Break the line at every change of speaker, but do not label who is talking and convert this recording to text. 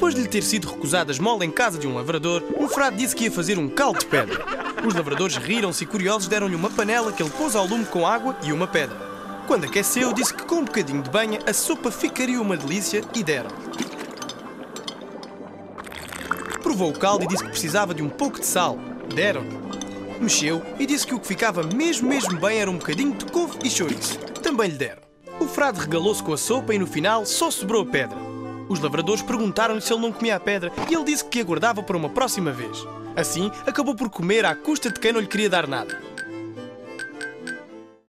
Depois de lhe ter sido recusada a esmola em casa de um lavrador, um frade disse que ia fazer um caldo de pedra. Os lavradores riram-se e curiosos deram-lhe uma panela que ele pôs ao lume com água e uma pedra. Quando aqueceu, disse que com um bocadinho de banha a sopa ficaria uma delícia e deram. Provou o caldo e disse que precisava de um pouco de sal. Deram-lhe. Mexeu e disse que o que ficava mesmo bem era um bocadinho de couve e chouriço. Também lhe deram. O frade regalou-se com a sopa e no final só sobrou a pedra. Os lavradores perguntaram-lhe se ele não comia a pedra e ele disse que aguardava para uma próxima vez. Assim, acabou por comer à custa de quem não lhe queria dar nada.